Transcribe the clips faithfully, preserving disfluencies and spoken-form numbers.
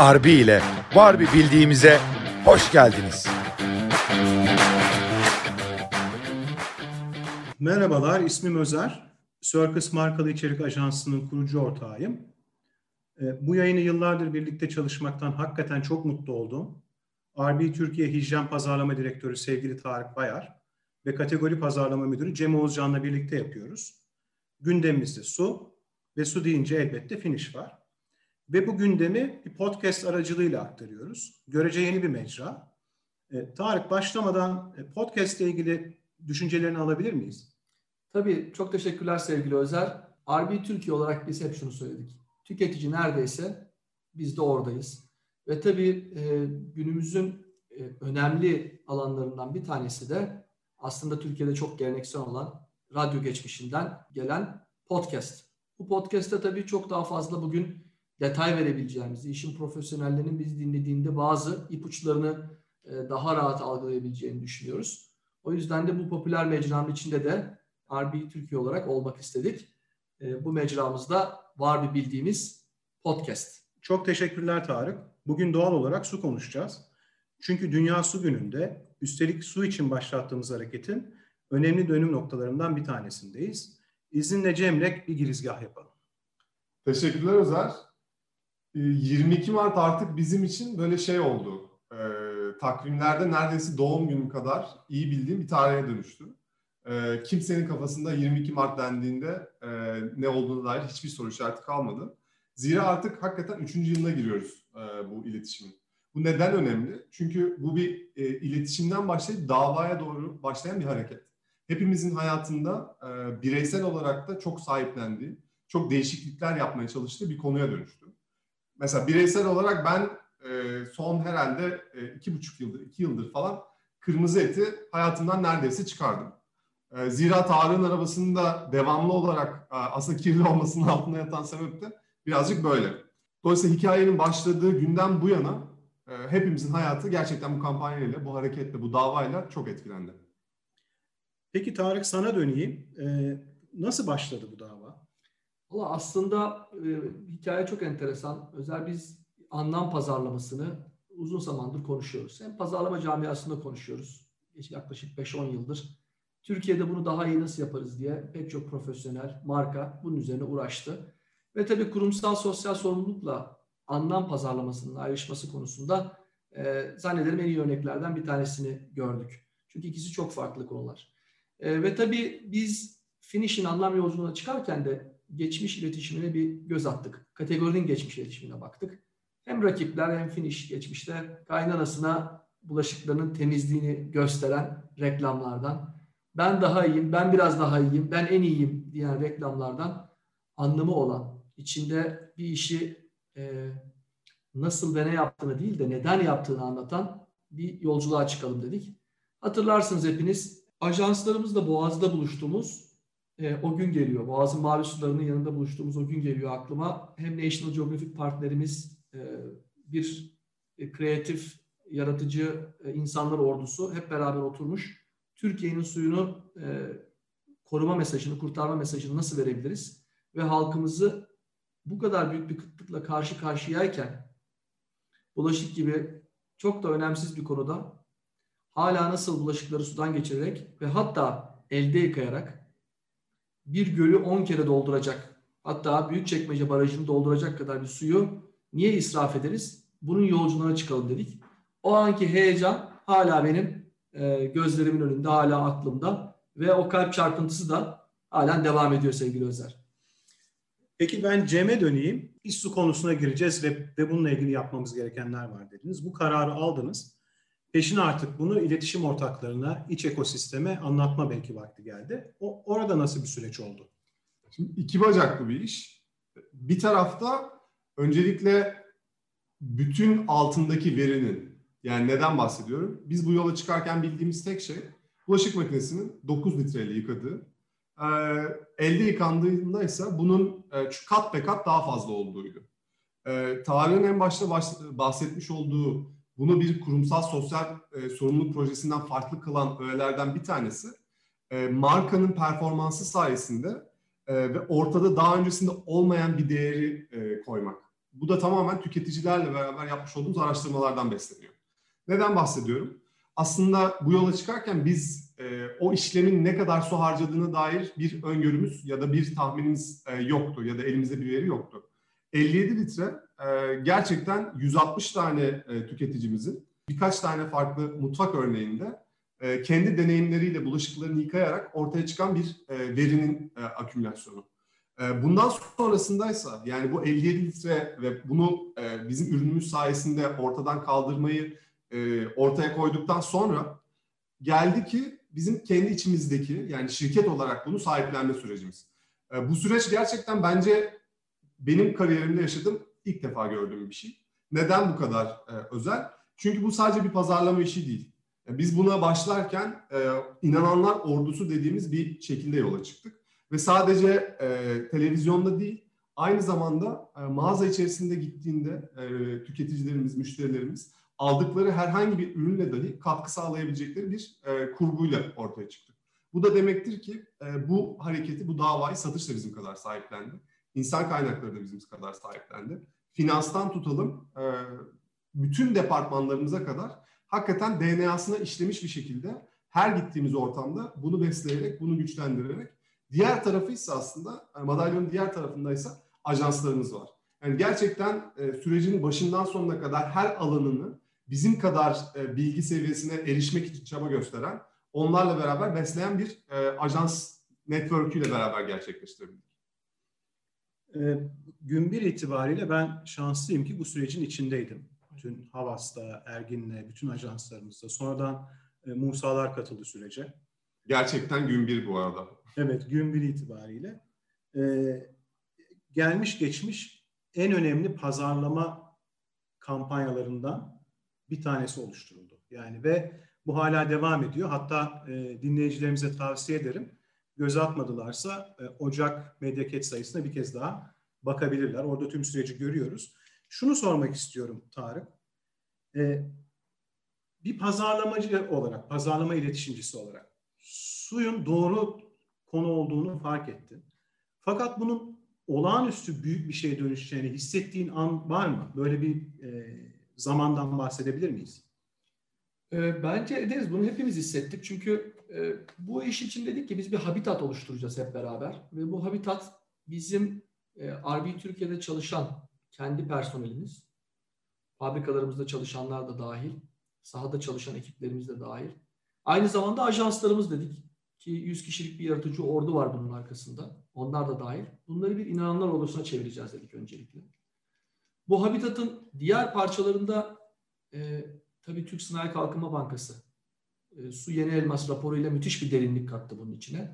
Arbi ile var bir bildiğimize hoş geldiniz. Merhabalar, ismim Özer. Circus markalı içerik ajansının kurucu ortağıyım. Bu yayını yıllardır birlikte çalışmaktan hakikaten çok mutlu oldum. Arbi Türkiye Hijyen Pazarlama Direktörü sevgili Tarık Bayar ve Kategori Pazarlama Müdürü Cem Oğuzcan'la birlikte yapıyoruz. Gündemimizde su ve su deyince elbette finish var. Ve bu gündemi bir podcast aracılığıyla aktarıyoruz. Görece yeni bir mecra. E, Tarık, başlamadan podcast ile ilgili düşüncelerini alabilir miyiz? Tabii, çok teşekkürler sevgili Özer. Arbi Türkiye olarak biz hep şunu söyledik. Tüketici neredeyse biz de oradayız. Ve tabii e, günümüzün e, önemli alanlarından bir tanesi de aslında Türkiye'de çok geleneksel olan radyo geçmişinden gelen podcast. Bu podcast'te tabii çok daha fazla bugün detay verebileceğimizi, işin profesyonellerinin biz dinlediğinde bazı ipuçlarını e, daha rahat algılayabileceğini düşünüyoruz. O yüzden de bu popüler mecranın içinde de Arbi Türkiye olarak olmak istedik. E, bu mecramızda var bir bildiğimiz podcast. Çok teşekkürler Tarık. Bugün doğal olarak su konuşacağız. Çünkü Dünya Su Günü'nde üstelik su için başlattığımız hareketin önemli dönüm noktalarından bir tanesindeyiz. İzninle Cemre bir girizgah yapalım. Teşekkürler Özer. yirmi iki Mart artık bizim için böyle şey oldu. Ee, takvimlerde neredeyse doğum günüm kadar iyi bildiğim bir tarihe dönüştü. Ee, kimsenin kafasında yirmi iki Mart dendiğinde e, ne olduğuna dair hiçbir soru işareti kalmadı. Zira artık hakikaten üçüncü yılına giriyoruz e, bu iletişimin. Bu neden önemli? Çünkü bu bir e, iletişimden başlayıp davaya doğru başlayan bir hareket. Hepimizin hayatında e, bireysel olarak da çok sahiplendiği, çok değişiklikler yapmaya çalıştığı bir konuya dönüştü. Mesela bireysel olarak ben e, son herhalde e, iki buçuk yıldır, iki yıldır falan kırmızı eti hayatımdan neredeyse çıkardım. E, zira Tarık'ın arabasının da devamlı olarak e, aslında kirli olmasının altında yatan sebep de birazcık böyle. Dolayısıyla hikayenin başladığı günden bu yana e, hepimizin hayatı gerçekten bu kampanyayla, bu hareketle, bu davayla çok etkilendi. Peki Tarık, sana döneyim. E, nasıl başladı bu dava? Valla aslında e, hikaye çok enteresan. Özel biz anlam pazarlamasını uzun zamandır konuşuyoruz. Hem pazarlama camiasında konuşuyoruz. Yaklaşık beş on yıldır. Türkiye'de bunu daha iyi nasıl yaparız diye pek çok profesyonel marka bunun üzerine uğraştı. Ve tabii kurumsal sosyal sorumlulukla anlam pazarlamasının ayrışması konusunda e, zannederim en iyi örneklerden bir tanesini gördük. Çünkü ikisi çok farklı konular. E, ve tabii biz Finish'in anlam yolculuğuna çıkarken de geçmiş iletişimine bir göz attık. Kategorinin geçmiş iletişimine baktık. Hem rakipler hem Finish geçmişte kaynanasına bulaşıklarının temizliğini gösteren reklamlardan, ben daha iyiyim, ben biraz daha iyiyim, ben en iyiyim diyen reklamlardan anlamı olan, içinde bir işi e, nasıl ve ne yaptığını değil de neden yaptığını anlatan bir yolculuğa çıkalım dedik. Hatırlarsınız hepiniz, ajanslarımızla Boğaz'da buluştuğumuz E, o gün geliyor. Boğaz'ın mavi sularının yanında buluştuğumuz o gün geliyor aklıma. Hem National Geographic partnerimiz e, bir e, kreatif, yaratıcı e, insanlar ordusu hep beraber oturmuş. Türkiye'nin suyunu e, koruma mesajını, kurtarma mesajını nasıl verebiliriz? Ve halkımızı bu kadar büyük bir kıtlıkla karşı karşıyayken bulaşık gibi çok da önemsiz bir konuda hala nasıl bulaşıkları sudan geçirerek ve hatta elde yıkayarak bir gölü on kere dolduracak, hatta Büyükçekmece Barajı'nı dolduracak kadar bir suyu niye israf ederiz? Bunun yolculuğuna çıkalım dedik. O anki heyecan hala benim e, gözlerimin önünde, hala aklımda ve o kalp çarpıntısı da halen devam ediyor sevgili Özer. Peki ben Cem'e döneyim. Biz su konusuna gireceğiz ve, ve bununla ilgili yapmamız gerekenler var dediniz. Bu kararı aldınız. Peşine artık bunu iletişim ortaklarına, iç ekosisteme anlatma belki vakti geldi. O, orada nasıl bir süreç oldu? Şimdi iki bacaklı bir iş. Bir tarafta öncelikle bütün altındaki verinin, yani neden bahsediyorum? Biz bu yola çıkarken bildiğimiz tek şey bulaşık makinesinin dokuz litreyle yıkadığı, e, elde yıkandığında ise bunun e, kat be kat daha fazla olduğuydu. E, Tarık'ın en başta bahsetmiş olduğu bunu bir kurumsal sosyal e, sorumluluk projesinden farklı kılan öğelerden bir tanesi e, markanın performansı sayesinde e, ve ortada daha öncesinde olmayan bir değeri e, koymak. Bu da tamamen tüketicilerle beraber yapmış olduğumuz araştırmalardan besleniyor. Neden bahsediyorum? Aslında bu yola çıkarken biz e, o işlemin ne kadar su harcadığına dair bir öngörümüz ya da bir tahminimiz e, yoktu ya da elimizde bir veri yoktu. elli yedi litre e, gerçekten yüz altmış tane e, tüketicimizin birkaç tane farklı mutfak örneğinde e, kendi deneyimleriyle bulaşıklarını yıkayarak ortaya çıkan bir e, verinin e, akümülasyonu. E, bundan sonrasındaysa yani bu elli yedi litre ve bunu e, bizim ürünümüz sayesinde ortadan kaldırmayı e, ortaya koyduktan sonra geldi ki bizim kendi içimizdeki yani şirket olarak bunu sahiplenme sürecimiz. E, bu süreç gerçekten bence benim kariyerimde yaşadığım ilk defa gördüğüm bir şey. Neden bu kadar e, özel? Çünkü bu sadece bir pazarlama işi değil. E, biz buna başlarken e, inananlar ordusu dediğimiz bir şekilde yola çıktık. Ve sadece e, televizyonda değil, aynı zamanda e, mağaza içerisinde gittiğinde e, tüketicilerimiz, müşterilerimiz aldıkları herhangi bir ürünle dahi katkı sağlayabilecekleri bir e, kurguyla ortaya çıktık. Bu da demektir ki e, bu hareketi, bu davayı satış da bizim kadar sahiplendi. İnsan kaynakları da bizim kadar sahiplendi. Finanstan tutalım, e, bütün departmanlarımıza kadar hakikaten D N A'sına işlemiş bir şekilde her gittiğimiz ortamda bunu besleyerek, bunu güçlendirerek. Diğer tarafı ise aslında, madalyonun diğer tarafındaysa ajanslarımız var. Yani gerçekten e, sürecin başından sonuna kadar her alanını bizim kadar e, bilgi seviyesine erişmek için çaba gösteren, onlarla beraber besleyen bir e, ajans network'üyle beraber gerçekleştirebildik. E, gün bir itibariyle ben şanslıyım ki bu sürecin içindeydim. Bütün Havas'ta, Ergin'le, bütün ajanslarımızda. Sonradan e, Musalar katıldı sürece. Gerçekten gün bir bu arada. Evet, gün bir itibariyle. E, gelmiş geçmiş en önemli pazarlama kampanyalarından bir tanesi oluşturuldu. Yani ve bu hala devam ediyor. Hatta e, dinleyicilerimize tavsiye ederim. Göz atmadılarsa e, Ocak Medyakit sayısına bir kez daha bakabilirler. Orada tüm süreci görüyoruz. Şunu sormak istiyorum Tarık. E, bir pazarlamacı olarak, pazarlama iletişimcisi olarak suyun doğru konu olduğunu fark ettin. Fakat bunun olağanüstü büyük bir şeye dönüşeceğini hissettiğin an var mı? Böyle bir e, zamandan bahsedebilir miyiz? E, bence ederiz. Bunu hepimiz hissettik. Çünkü e, bu iş için dedik ki biz bir habitat oluşturacağız hep beraber. Ve bu habitat bizim e, R B Türkiye'de çalışan kendi personelimiz, fabrikalarımızda çalışanlar da dahil, sahada çalışan ekiplerimiz de dahil. Aynı zamanda ajanslarımız dedik ki yüz kişilik bir yaratıcı ordu var bunun arkasında. Onlar da dahil. Bunları bir inananlar ordusuna çevireceğiz dedik öncelikle. Bu habitatın diğer parçalarında e, tabii Türk Sanayi Kalkınma Bankası e, Su Yeni Elmas raporuyla müthiş bir derinlik kattı bunun içine.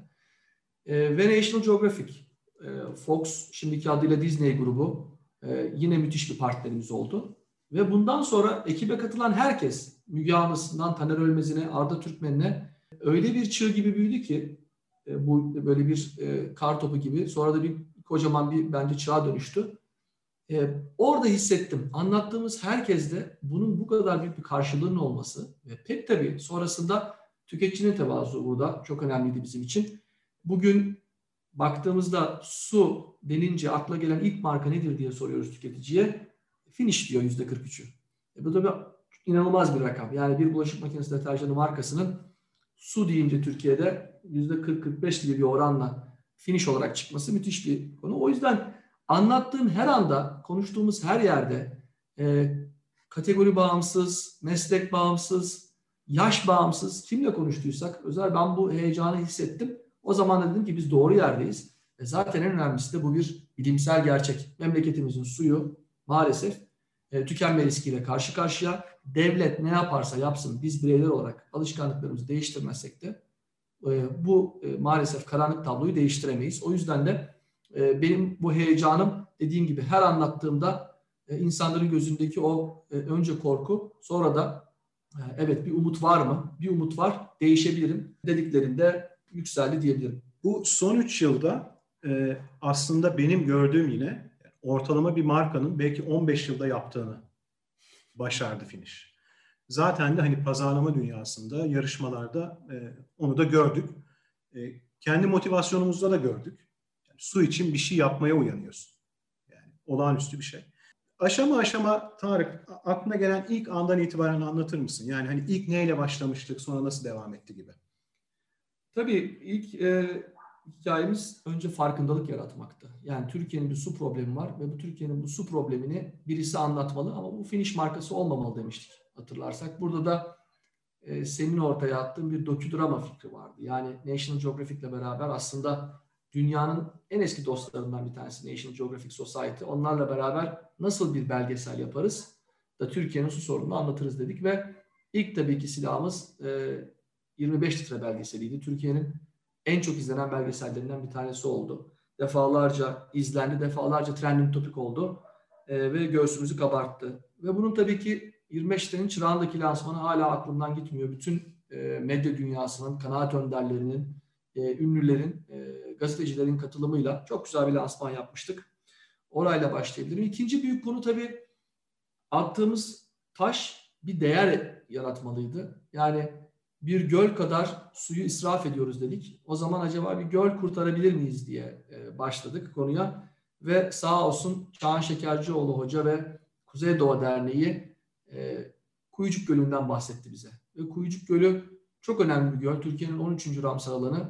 E, ve National Geographic, e, Fox, şimdiki adıyla Disney grubu e, yine müthiş bir partnerimiz oldu. Ve bundan sonra ekibe katılan herkes, Müge Anlısı'ndan Taner Ölmez'ine, Arda Türkmen'ine öyle bir çığ gibi büyüdü ki e, bu böyle bir e, kar topu gibi. Sonra da bir kocaman bir bence çığa dönüştü. E, orada hissettim. Anlattığımız herkeste bunun bu kadar büyük bir karşılığının olması ve pek tabii sonrasında tüketicinin tevazu burada çok önemliydi bizim için. Bugün baktığımızda su denince akla gelen ilk marka nedir diye soruyoruz tüketiciye. Finish diyor yüzde kırk üçü. E, bu da bir, inanılmaz bir rakam. Yani bir bulaşık makinesi deterjanı markasının su deyince Türkiye'de yüzde kırk kırk beş gibi bir oranla finish olarak çıkması müthiş bir konu. O yüzden anlattığım her anda, konuştuğumuz her yerde e, kategori bağımsız, meslek bağımsız, yaş bağımsız kimle konuştuysak özel ben bu heyecanı hissettim. O zaman da dedim ki biz doğru yerdeyiz. E zaten en önemlisi de bu bir bilimsel gerçek. Memleketimizin suyu maalesef e, tükenme riskiyle karşı karşıya. Devlet ne yaparsa yapsın biz bireyler olarak alışkanlıklarımızı değiştirmezsek de e, bu e, maalesef karanlık tabloyu değiştiremeyiz. O yüzden de e, benim bu heyecanım dediğim gibi her anlattığımda e, insanların gözündeki o e, önce korku sonra da e, evet bir umut var mı? Bir umut var, değişebilirim dediklerinde yükseldi diyebilirim. Bu son üç yılda e, aslında benim gördüğüm yine ortalama bir markanın belki on beş yılda yaptığını başardı Finish. Zaten de hani pazarlama dünyasında, yarışmalarda e, onu da gördük. E, kendi motivasyonumuzda da gördük. Yani su için bir şey yapmaya uyanıyorsun. Yani olağanüstü bir şey. Aşama aşama Tarık, aklına gelen ilk andan itibaren anlatır mısın? Yani hani ilk neyle başlamıştık, sonra nasıl devam etti gibi. Tabii ilk e, hikayemiz önce farkındalık yaratmaktı. Yani Türkiye'nin bir su problemi var ve bu Türkiye'nin bu su problemini birisi anlatmalı ama bu finish markası olmamalı demiştik hatırlarsak. Burada da e, senin ortaya attığın bir dokudrama fikri vardı. Yani National Geographic'le beraber aslında dünyanın en eski dostlarından bir tanesi National Geographic Society. Onlarla beraber nasıl bir belgesel yaparız da Türkiye'nin su sorununu anlatırız dedik ve ilk tabii ki silahımız e, yirmi beş litre belgeseliydi. Türkiye'nin en çok izlenen belgesellerinden bir tanesi oldu. Defalarca izlendi, defalarca trending topic oldu e, ve göğsümüzü kabarttı. Ve bunun tabii ki yirmi beş litrenin Çırağan'daki lansmanı hala aklımdan gitmiyor. Bütün e, medya dünyasının, kanaat önderlerinin, e, ünlülerin, e, gazetecilerin katılımıyla çok güzel bir lansman yapmıştık. Orayla başlayabilirim. İkinci büyük konu tabii attığımız taş bir değer yaratmalıydı. Yani bir göl kadar suyu israf ediyoruz dedik. O zaman acaba bir göl kurtarabilir miyiz diye başladık konuya. Ve sağ olsun Çağan Şekercioğlu Hoca ve Kuzeydoğa Derneği Kuyucuk Gölü'nden bahsetti bize. Ve Kuyucuk Gölü çok önemli bir göl. Türkiye'nin on üçüncü Ramsar alanı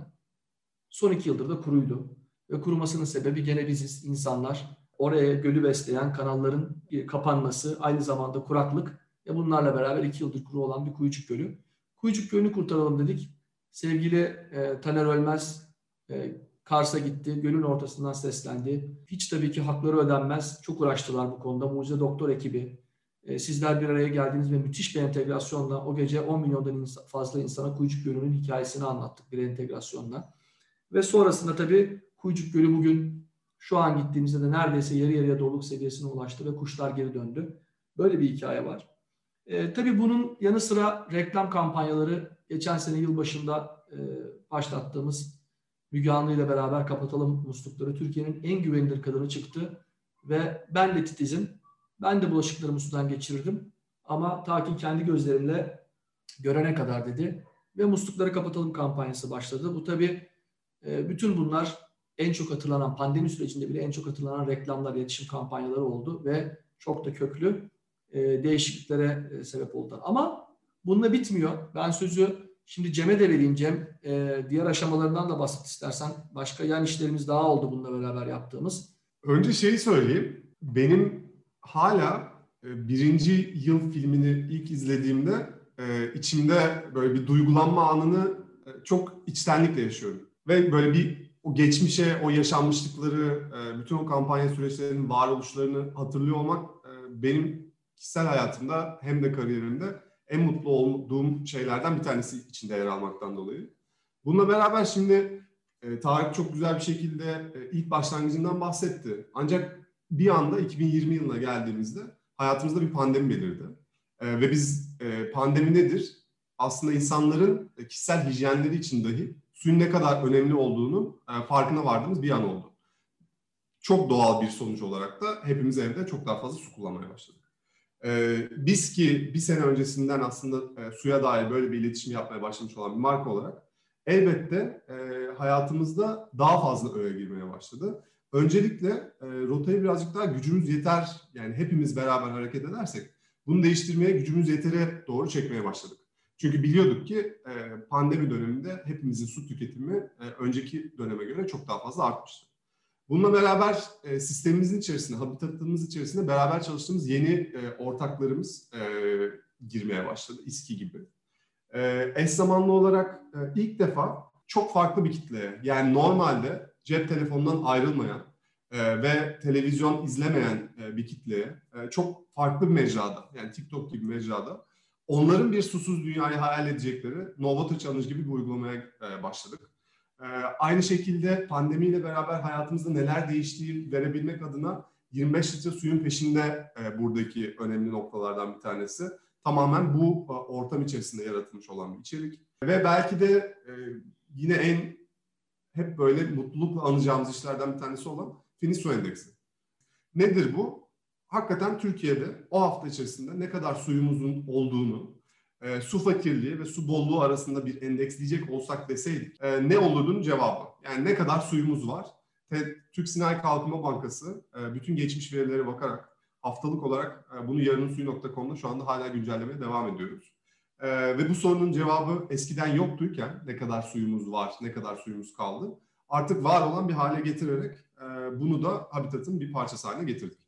son iki yıldır da kuruydu. Ve kurumasının sebebi gene biziz, insanlar. Oraya gölü besleyen kanalların kapanması, aynı zamanda kuraklık ve bunlarla beraber iki yıldır kuru olan bir Kuyucuk Gölü. Kuyucuk Gölü'nü kurtaralım dedik. Sevgili e, Taner Ölmez e, Kars'a gitti. Gölün ortasından seslendi. Hiç tabii ki hakları ödenmez. Çok uğraştılar bu konuda. Mucize Doktor ekibi. E, sizler bir araya geldiniz ve müthiş bir entegrasyonla o gece on milyondan insan, fazla insana Kuyucuk Gölü'nün hikayesini anlattık bir entegrasyonla. Ve sonrasında tabii Kuyucuk Gölü bugün şu an gittiğimizde de neredeyse yarı yarıya doluluk seviyesine ulaştı ve kuşlar geri döndü. Böyle bir hikaye var. E, tabii bunun yanı sıra reklam kampanyaları geçen sene yılbaşında e, başlattığımız Müge Anlı ile beraber kapatalım muslukları. Türkiye'nin en güvenilir kadını çıktı ve ben de titizim. Ben de bulaşıklarımı sudan geçirirdim. Ama ta ki kendi gözlerimle görene kadar dedi. Ve muslukları kapatalım kampanyası başladı. Bu tabii e, bütün bunlar en çok hatırlanan, pandemi sürecinde bile en çok hatırlanan reklamlar, iletişim kampanyaları oldu ve çok da köklü e, değişikliklere e, sebep oldular. Ama bununla bitmiyor. Ben sözü şimdi Cem'e de vereyim. Cem, e, diğer aşamalarından da bahset istersen. Başka yan işlerimiz daha oldu bununla beraber yaptığımız. Önce şeyi söyleyeyim. Benim hala e, birinci yıl filmini ilk izlediğimde e, içimde böyle bir duygulanma anını e, çok içtenlikle yaşıyorum. Ve böyle bir o geçmişe, o yaşanmışlıkları, e, bütün o kampanya süreçlerinin varoluşlarını hatırlıyor olmak e, benim kişisel hayatımda hem de kariyerimde en mutlu olduğum şeylerden bir tanesi içinde yer almaktan dolayı. Bununla beraber şimdi e, Tarık çok güzel bir şekilde e, ilk başlangıcından bahsetti. Ancak bir anda iki bin yirmi yılına geldiğimizde hayatımızda bir pandemi belirdi. E, ve biz e, pandemi nedir? Aslında insanların e, kişisel hijyenleri için dahi suyun ne kadar önemli olduğunu e, farkına vardığımız bir an oldu. Çok doğal bir sonuç olarak da hepimiz evde çok daha fazla su kullanmaya başladık. Ee, biz ki bir sene öncesinden aslında e, suya dair böyle bir iletişim yapmaya başlamış olan bir marka olarak elbette e, hayatımızda daha fazla öğe girmeye başladı. Öncelikle e, rotayı birazcık daha gücümüz yeter, yani hepimiz beraber hareket edersek bunu değiştirmeye gücümüz yetere doğru çekmeye başladık. Çünkü biliyorduk ki e, pandemi döneminde hepimizin su tüketimi e, önceki döneme göre çok daha fazla artmıştı. Bununla beraber e, sistemimizin içerisine, habitatımız içerisinde beraber çalıştığımız yeni e, ortaklarımız e, girmeye başladı. İSKİ gibi. E, eş zamanlı olarak e, ilk defa çok farklı bir kitleye, yani normalde cep telefonundan ayrılmayan e, ve televizyon izlemeyen e, bir kitleye, e, çok farklı bir mecrada, yani TikTok gibi mecrada, onların bir susuz dünyayı hayal edecekleri No Water Challenge gibi bir uygulamaya e, başladık. Ee, aynı şekilde pandemiyle beraber hayatımızda neler değiştiği verebilmek adına yirmi beş litre suyun peşinde e, buradaki önemli noktalardan bir tanesi. Tamamen bu e, ortam içerisinde yaratılmış olan bir içerik. Ve belki de e, yine en hep böyle mutlulukla anacağımız işlerden bir tanesi olan Finish Su Endeksi. Nedir bu? Hakikaten Türkiye'de o hafta içerisinde ne kadar suyumuzun olduğunu, E, su fakirliği ve su bolluğu arasında bir endeksleyecek olsak deseydik e, ne olurduğunun cevabı. Yani ne kadar suyumuz var? Te, Türk Sinayi Kalkınma Bankası e, bütün geçmiş verilere bakarak haftalık olarak e, bunu yarınınsuyu nokta com'da şu anda hala güncellemeye devam ediyoruz. E, ve bu sorunun cevabı eskiden yoktuyken ne kadar suyumuz var, ne kadar suyumuz kaldı, artık var olan bir hale getirerek e, bunu da Habitat'ın bir parçası haline getirdik.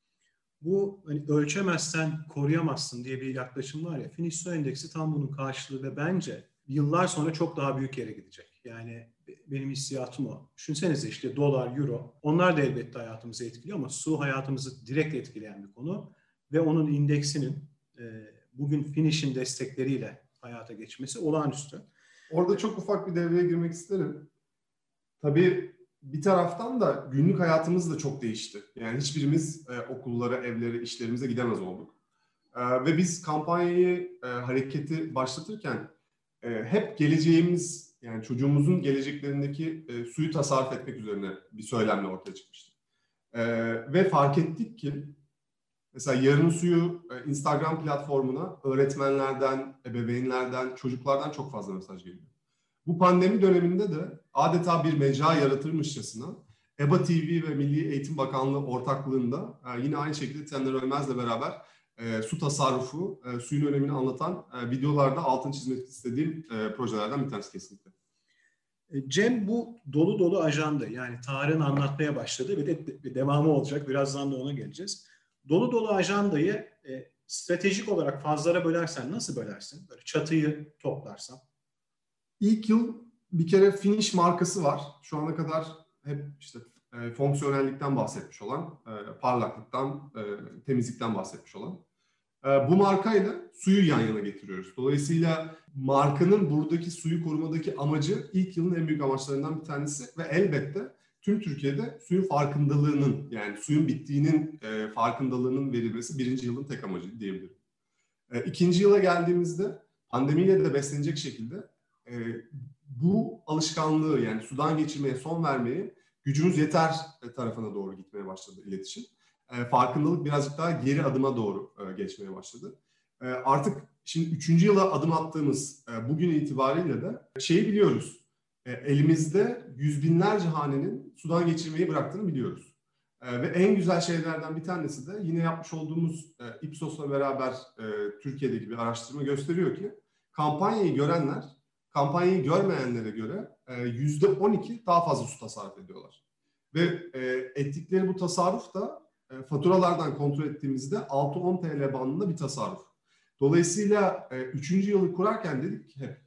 Bu hani ölçemezsen koruyamazsın diye bir yaklaşım var ya, Finish Su Endeksi tam bunun karşılığı ve bence yıllar sonra çok daha büyük yere gidecek. Yani benim hissiyatım o. Düşünsenize işte dolar, euro, onlar da elbette hayatımızı etkiliyor ama su hayatımızı direkt etkileyen bir konu ve onun indeksinin e, bugün Finish'in destekleriyle hayata geçmesi olağanüstü. Orada çok ufak bir devreye girmek isterim. Tabii bir taraftan da günlük hayatımız da çok değişti. Yani hiçbirimiz e, okullara, evlere, işlerimize gidemez olduk. E, ve biz kampanyayı, e, hareketi başlatırken e, hep geleceğimiz, yani çocuğumuzun geleceklerindeki e, suyu tasarruf etmek üzerine bir söylemle ortaya çıkmıştı. E, ve fark ettik ki mesela Yarın Suyu e, Instagram platformuna öğretmenlerden, ebeveynlerden, çocuklardan çok fazla mesaj geliyor. Bu pandemi döneminde de adeta bir mecra yaratırmışçasına E B A T V ve Milli Eğitim Bakanlığı ortaklığında e, yine aynı şekilde Taner Ölmez'le beraber e, su tasarrufu, e, suyun önemini anlatan e, videolarda altını çizmek istediğim e, projelerden bir tanesi kesinlikle. Cem, bu dolu dolu ajanda, yani Tarık'ın anlatmaya başladı ve de, de devamı olacak. Birazdan da ona geleceğiz. Dolu dolu ajandayı e, stratejik olarak fazlara bölersen nasıl bölersin? Böyle çatıyı toplarsan. İlk yıl bir kere Finish markası var. Şu ana kadar hep işte e, fonksiyonellikten bahsetmiş olan, e, parlaklıktan, e, temizlikten bahsetmiş olan. E, bu markayla suyu yan yana getiriyoruz. Dolayısıyla markanın buradaki suyu korumadaki amacı ilk yılın en büyük amaçlarından bir tanesi ve elbette tüm Türkiye'de suyun farkındalığının, yani suyun bittiğinin e, farkındalığının verilmesi birinci yılın tek amacı diyebilirim. E, ikinci yıla geldiğimizde pandemiyle de beslenecek şekilde e, bu alışkanlığı, yani sudan geçirmeye son vermeyi gücümüz yeter tarafına doğru gitmeye başladı iletişim. E, farkındalık birazcık daha geri adıma doğru e, geçmeye başladı. E, artık şimdi üçüncü yıla adım attığımız e, bugün itibariyle de şeyi biliyoruz. E, elimizde yüz binlerce hanenin sudan geçirmeyi bıraktığını biliyoruz. E, ve en güzel şeylerden bir tanesi de yine yapmış olduğumuz e, Ipsos'la beraber e, Türkiye'deki bir araştırma gösteriyor ki kampanyayı görenler kampanyayı görmeyenlere göre yüzde on iki daha fazla su tasarruf ediyorlar. Ve e, ettikleri bu tasarruf da e, faturalardan kontrol ettiğimizde altı on TL bandında bir tasarruf. Dolayısıyla e, üçüncü yılı kurarken dedik ki hep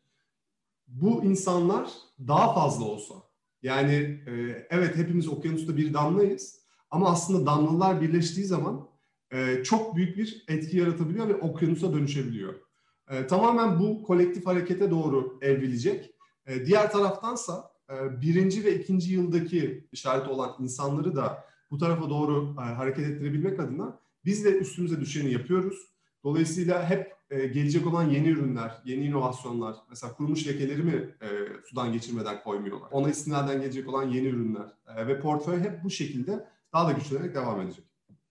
bu insanlar daha fazla olsa. Yani e, evet hepimiz okyanusta bir damlayız ama aslında damlalar birleştiği zaman e, çok büyük bir etki yaratabiliyor ve okyanusa dönüşebiliyor. E, tamamen bu kolektif harekete doğru evrilecek. E, diğer taraftansa e, birinci ve ikinci yıldaki işareti olan insanları da bu tarafa doğru e, hareket ettirebilmek adına biz de üstümüze düşeni yapıyoruz. Dolayısıyla hep e, gelecek olan yeni ürünler, yeni inovasyonlar, mesela kurumuş lekeleri mi e, sudan geçirmeden koymuyorlar? Ona istinaden gelecek olan yeni ürünler e, ve portföy hep bu şekilde daha da güçlenerek devam edecek.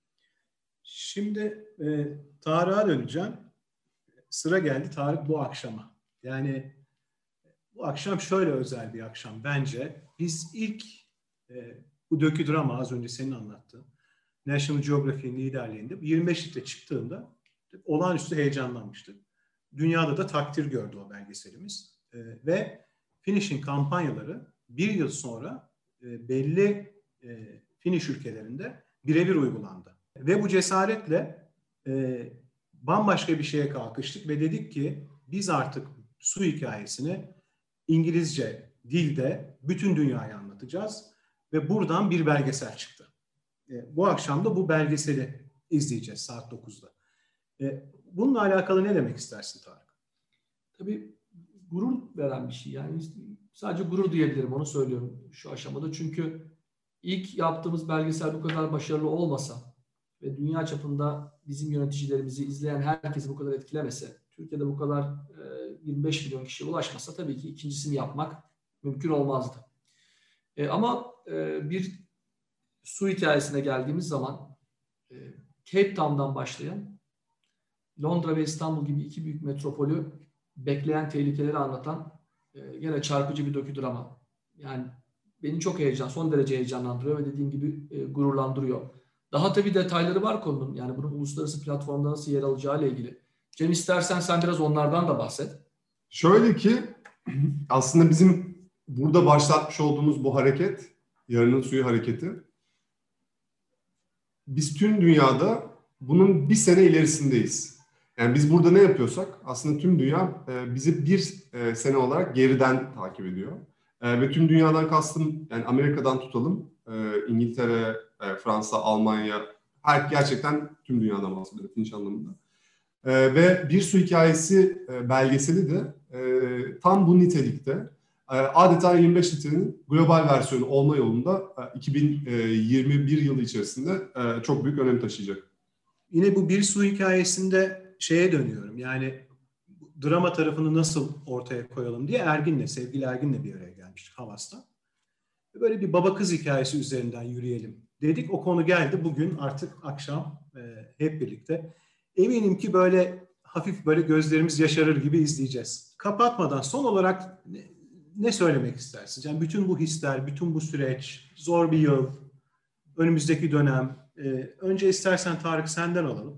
Şimdi e, Tarık'a döneceğim. Sıra geldi Tarık bu akşama. Yani bu akşam şöyle özel bir akşam bence. Biz ilk e, bu döküdrama az önce senin anlattığın National Geographic'in liderliğinde yirmi beş litre çıktığında olağanüstü heyecanlanmıştık. Dünyada da takdir gördü o belgeselimiz. E, ve Finish'in kampanyaları bir yıl sonra e, belli e, Finish ülkelerinde birebir uygulandı. Ve bu cesaretle e, bambaşka bir şeye kalkıştık ve dedik ki biz artık su hikayesini İngilizce dilde bütün dünyaya anlatacağız ve buradan bir belgesel çıktı. E, bu akşam da bu belgeseli izleyeceğiz saat dokuzda. E, bununla alakalı ne demek istersin Tarık? Tabii gurur veren bir şey. Yani sadece gurur diyebilirim, onu söylüyorum şu aşamada. Çünkü ilk yaptığımız belgesel bu kadar başarılı olmasa ve dünya çapında bizim yöneticilerimizi izleyen herkesi bu kadar etkilemese, Türkiye'de bu kadar e, yirmi beş milyon kişiye ulaşmasa tabii ki ikincisini yapmak mümkün olmazdı. E, ama e, bir su hikayesine geldiğimiz zaman e, Cape Town'dan başlayan Londra ve İstanbul gibi iki büyük metropolü bekleyen tehlikeleri anlatan e, gene çarpıcı bir doküdrama. Yani beni çok heyecan, son derece heyecanlandırıyor ve dediğim gibi e, gururlandırıyor. Daha tabii detayları var konunun. Yani bunun uluslararası platformda nasıl yer alacağı ile ilgili. Cem, istersen sen biraz onlardan da bahset. Şöyle ki aslında bizim burada başlatmış olduğumuz bu hareket, Yarının Suyu hareketi, biz tüm dünyada bunun bir sene ilerisindeyiz. Yani biz burada ne yapıyorsak aslında tüm dünya e, bizi bir e, sene olarak geriden takip ediyor. E, ve tüm dünyadan kastım, yani Amerika'dan tutalım, e, İngiltere, e, Fransa, Almanya, her gerçekten tüm dünyadan bahsediyor finish anlamında. E, ve Bir Su Hikayesi e, belgeseli de e, tam bu nitelikte. E, adeta yirmi beş litrenin global versiyonu olma yolunda e, iki bin yirmi bir yılı içerisinde e, çok büyük önem taşıyacak. Yine bu Bir Su Hikayesi'nde şeye dönüyorum. Yani drama tarafını nasıl ortaya koyalım diye Ergin'le, sevgili Ergin'le bir araya gelmiştik Havas'ta. Böyle bir baba kız hikayesi üzerinden yürüyelim dedik. O konu geldi. Bugün artık akşam e, hep birlikte. Eminim ki böyle hafif böyle gözlerimiz yaşarır gibi izleyeceğiz. Kapatmadan son olarak ne, ne söylemek istersin? Yani bütün bu hisler, bütün bu süreç, zor bir yıl, önümüzdeki dönem. E, önce istersen Tarık senden alalım.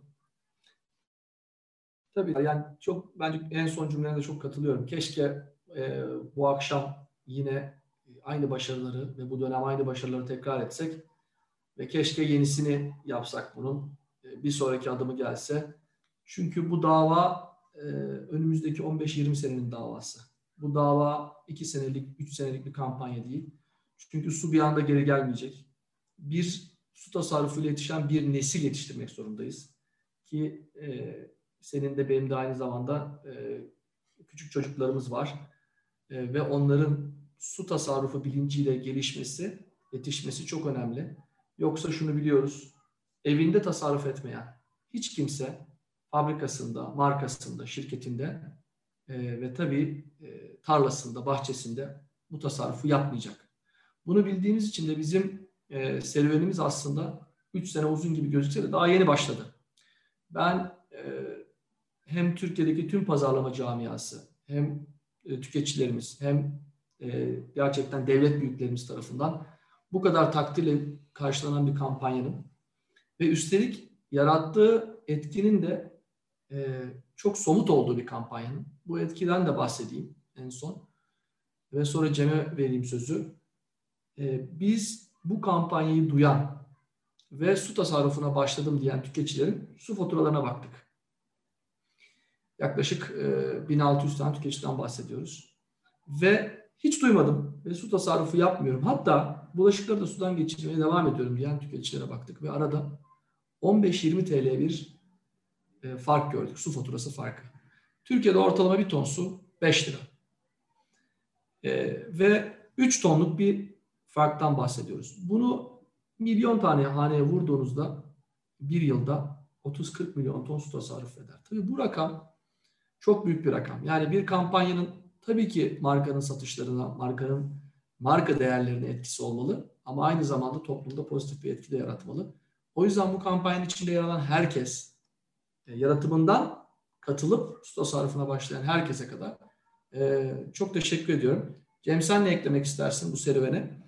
Tabii yani çok, bence en son cümlene de çok katılıyorum. Keşke e, bu akşam yine aynı başarıları ve bu dönem aynı başarıları tekrar etsek ve keşke yenisini yapsak bunun. E, bir sonraki adımı gelse. Çünkü bu dava e, önümüzdeki on beş yirmi senenin davası. Bu dava iki senelik, üç senelik bir kampanya değil. Çünkü su bir anda geri gelmeyecek. Bir su tasarrufuyla yetişen bir nesil yetiştirmek zorundayız. Ki e, senin de benim de aynı zamanda e, küçük çocuklarımız var. E, ve onların su tasarrufu bilinciyle gelişmesi, yetişmesi çok önemli. Yoksa şunu biliyoruz, evinde tasarruf etmeyen hiç kimse fabrikasında, markasında, şirketinde e, ve tabii e, tarlasında, bahçesinde bu tasarrufu yapmayacak. Bunu bildiğimiz için de bizim e, serüvenimiz aslında üç sene uzun gibi gözükse de daha yeni başladı. Ben e, hem Türkiye'deki tüm pazarlama camiası, hem e, tüketicilerimiz, hem e, gerçekten devlet büyüklerimiz tarafından bu kadar takdirle karşılanan bir kampanyanın ve üstelik yarattığı etkinin de e, çok somut olduğu bir kampanyanın. Bu etkiden de bahsedeyim en son ve sonra Cem'e vereyim sözü. E, biz bu kampanyayı duyan ve su tasarrufuna başladım diyen tüketicilerin su faturalarına baktık. Yaklaşık e, bin altı yüz tane tüketiciden bahsediyoruz. Ve hiç duymadım ve su tasarrufu yapmıyorum. Hatta bulaşıkları da sudan geçirmeye devam ediyorum diyen tüketicilere baktık ve arada on beş yirmi T L bir e, fark gördük. Su faturası farkı. Türkiye'de ortalama bir ton su beş lira. E, ve üç tonluk bir farktan bahsediyoruz. Bunu milyon tane haneye vurduğunuzda bir yılda otuz kırk milyon ton su tasarruf eder. Tabii bu rakam çok büyük bir rakam. Yani bir kampanyanın tabii ki markanın satışlarına, markanın marka değerlerine etkisi olmalı ama aynı zamanda toplumda pozitif bir etki de yaratmalı. O yüzden bu kampanyanın içinde yer alan herkes, e, yaratımından katılıp su tasarrufuna başlayan herkese kadar e, çok teşekkür ediyorum. Cem, sen ne eklemek istersin bu serüvene?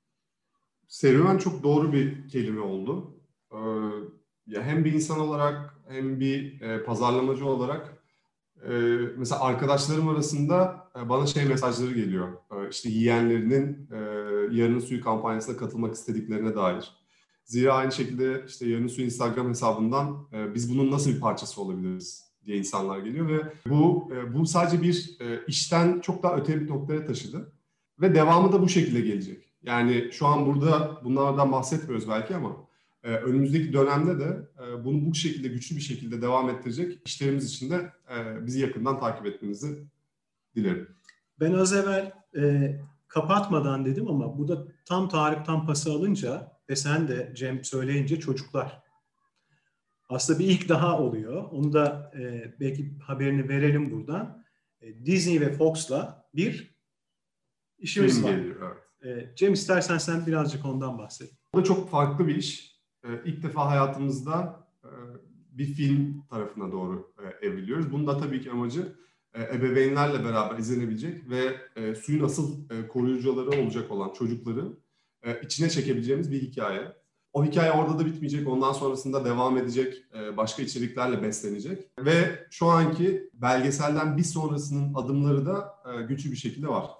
Serüven çok doğru bir kelime oldu. Ee, ya hem bir insan olarak hem bir e, pazarlamacı olarak e, mesela arkadaşlarım arasında e, bana şey mesajları geliyor. E, işte yeğenlerinin e, Yarının Suyu kampanyasına katılmak istediklerine dair. Zira aynı şekilde işte Yarının Suyu Instagram hesabından e, biz bunun nasıl bir parçası olabiliriz diye insanlar geliyor ve bu e, bu sadece bir e, işten çok daha öte bir noktaya taşıdı ve devamı da bu şekilde gelecek. Yani şu an burada bunlardan bahsetmiyoruz belki ama e, önümüzdeki dönemde de e, bunu bu şekilde güçlü bir şekilde devam ettirecek işlerimiz için de e, bizi yakından takip etmenizi dilerim. Ben az evvel e, kapatmadan dedim ama burada tam Tarık'tan pası alınca ve sen de Cem söyleyince çocuklar. Aslında bir ilk daha oluyor. Onu da e, belki haberini verelim buradan. E, Disney ve Fox'la bir işimiz Film var. geliyor, evet. E, Cem, istersen sen birazcık ondan bahset. Bu da çok farklı bir iş. E, ilk defa hayatımızda e, bir film tarafına doğru e, evriliyoruz. Bunun da tabii ki amacı e, ebeveynlerle beraber izlenebilecek ve e, suyun asıl e, koruyucuları olacak olan çocukları e, içine çekebileceğimiz bir hikaye. O hikaye orada da bitmeyecek. Ondan sonrasında devam edecek. Başka içeriklerle beslenecek. Ve şu anki belgeselden bir sonrasının adımları da güçlü bir şekilde var.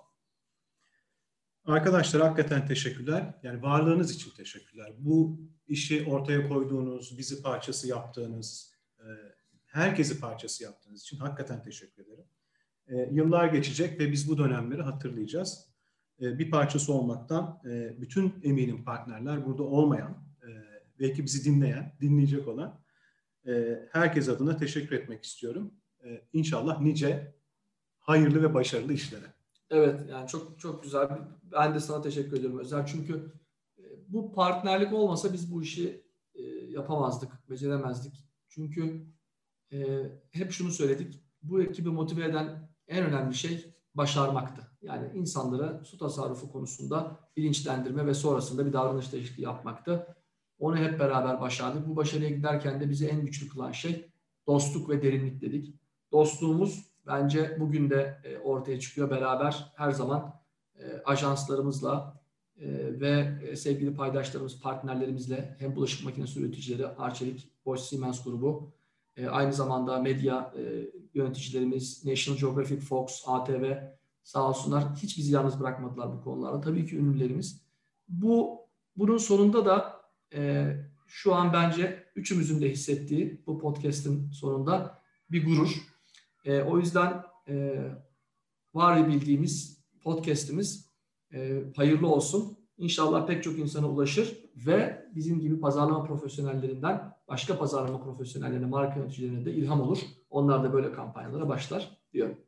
Arkadaşlar hakikaten teşekkürler. Yani varlığınız için teşekkürler. Bu işi ortaya koyduğunuz, bizi parçası yaptığınız, herkesi parçası yaptığınız için hakikaten teşekkür ederim. Yıllar geçecek ve biz bu dönemleri hatırlayacağız. Bir parçası olmaktan bütün eminim partnerler, burada olmayan, belki bizi dinleyen, dinleyecek olan herkes adına teşekkür etmek istiyorum. İnşallah nice hayırlı ve başarılı işlere. Evet, yani çok çok güzel. Ben de sana teşekkür ediyorum Özer. Çünkü bu partnerlik olmasa biz bu işi yapamazdık, beceremezdik. Çünkü hep şunu söyledik. Bu ekibi motive eden en önemli şey başarmaktı. Yani insanlara su tasarrufu konusunda bilinçlendirme ve sonrasında bir davranış değişikliği yapmaktı. Onu hep beraber başardık. Bu başarıya giderken de bizi en güçlü kılan şey dostluk ve derinlik dedik. Dostluğumuz bence bugün de ortaya çıkıyor. Beraber her zaman ajanslarımızla ve sevgili paydaşlarımız, partnerlerimizle hem bulaşık makinesi üreticileri, Arçelik, Bosch Siemens grubu, aynı zamanda medya yöneticilerimiz, National Geographic, Fox, A T V sağ olsunlar hiç bizi yalnız bırakmadılar bu konularda. Tabii ki ünlülerimiz. Bu bunun sonunda da e, şu an bence üçümüzün de hissettiği bu podcast'ın sonunda bir gurur. E, o yüzden e, var bildiğimiz podcast'imiz e, hayırlı olsun. İnşallah pek çok insana ulaşır ve bizim gibi pazarlama profesyonellerinden başka pazarlama profesyonellerine, marka yöneticilerine de ilham olur. Onlar da böyle kampanyalara başlar diyorum.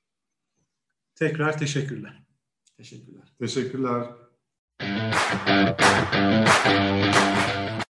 Tekrar teşekkürler. Teşekkürler. Teşekkürler.